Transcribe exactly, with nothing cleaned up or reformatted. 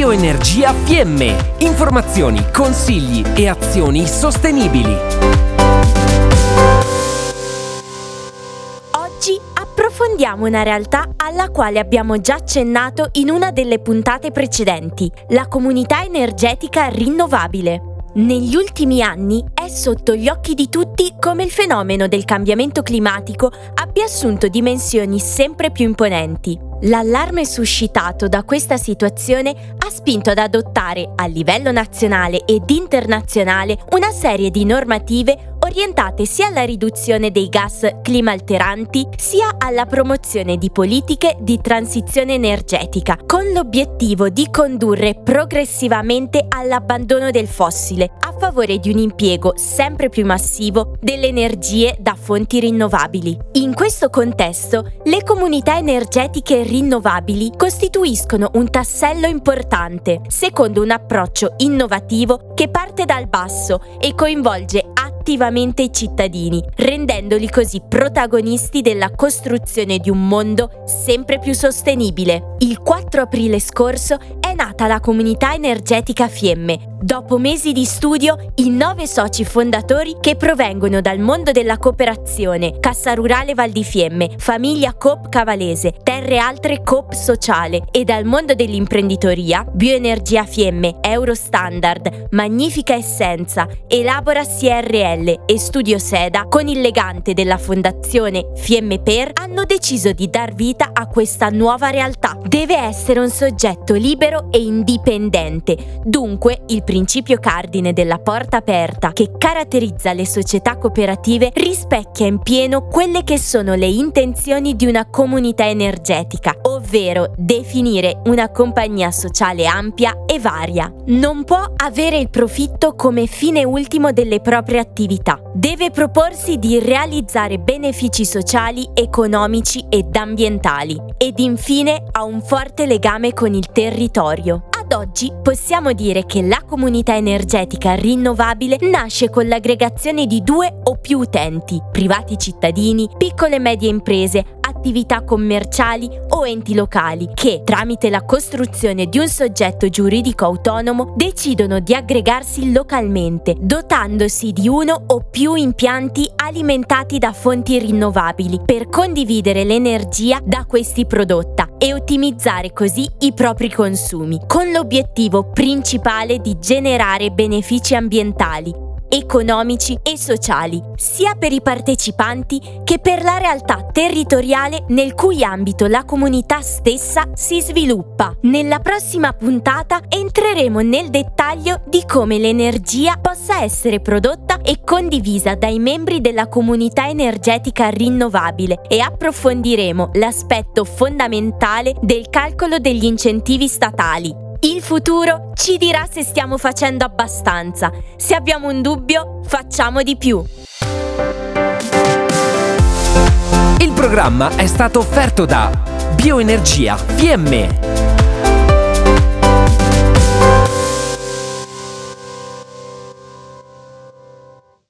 Bioenergia Fiemme. Informazioni, consigli e azioni sostenibili. Oggi approfondiamo una realtà alla quale abbiamo già accennato in una delle puntate precedenti, la comunità energetica rinnovabile. Negli ultimi anni è sotto gli occhi di tutti come il fenomeno del cambiamento climatico abbia assunto dimensioni sempre più imponenti. L'allarme suscitato da questa situazione ha spinto ad adottare a livello nazionale ed internazionale una serie di normative orientate sia alla riduzione dei gas climalteranti sia alla promozione di politiche di transizione energetica, con l'obiettivo di condurre progressivamente all'abbandono del fossile a favore di un impiego sempre più massivo delle energie da fonti rinnovabili. In questo contesto, le comunità energetiche rinnovabili costituiscono un tassello importante, secondo un approccio innovativo che parte dal basso e coinvolge attivamente i cittadini, rendendoli così protagonisti della costruzione di un mondo sempre più sostenibile. Il quattro aprile scorso è nata la comunità energetica Fiemme. Dopo mesi di studio, i nove soci fondatori che provengono dal mondo della cooperazione, Cassa Rurale Val di Fiemme, Famiglia Coop Cavalese, Terre Altre Coop Sociale e dal mondo dell'imprenditoria, Bioenergia Fiemme, Eurostandard, Magnifica Essenza, Elabora C R L e Studio Seda, con il legante della fondazione Fiemme Per, hanno deciso di dar vita a questa nuova realtà. Deve essere un soggetto libero e indipendente, dunque il principio cardine della porta aperta che caratterizza le società cooperative rispecchia in pieno quelle che sono le intenzioni di una comunità energetica, ovvero definire una compagnia sociale ampia e varia. Non può avere il profitto come fine ultimo delle proprie attività. Deve proporsi di realizzare benefici sociali, economici ed ambientali ed infine ha un forte legame con il territorio. Ad oggi possiamo dire che la comunità energetica rinnovabile nasce con l'aggregazione di due o più utenti, privati cittadini, piccole e medie imprese, attività commerciali o enti locali che, tramite la costruzione di un soggetto giuridico autonomo, decidono di aggregarsi localmente, dotandosi di uno o più impianti alimentati da fonti rinnovabili per condividere l'energia da questi prodotta e ottimizzare così i propri consumi, con l'obiettivo principale di generare benefici ambientali, economici e sociali, sia per i partecipanti che per la realtà territoriale nel cui ambito la comunità stessa si sviluppa. Nella prossima puntata entreremo nel dettaglio di come l'energia possa essere prodotta e condivisa dai membri della comunità energetica rinnovabile e approfondiremo l'aspetto fondamentale del calcolo degli incentivi statali. Il futuro ci dirà se stiamo facendo abbastanza. Se abbiamo un dubbio, facciamo di più. Il programma è stato offerto da Bioenergia Fiemme.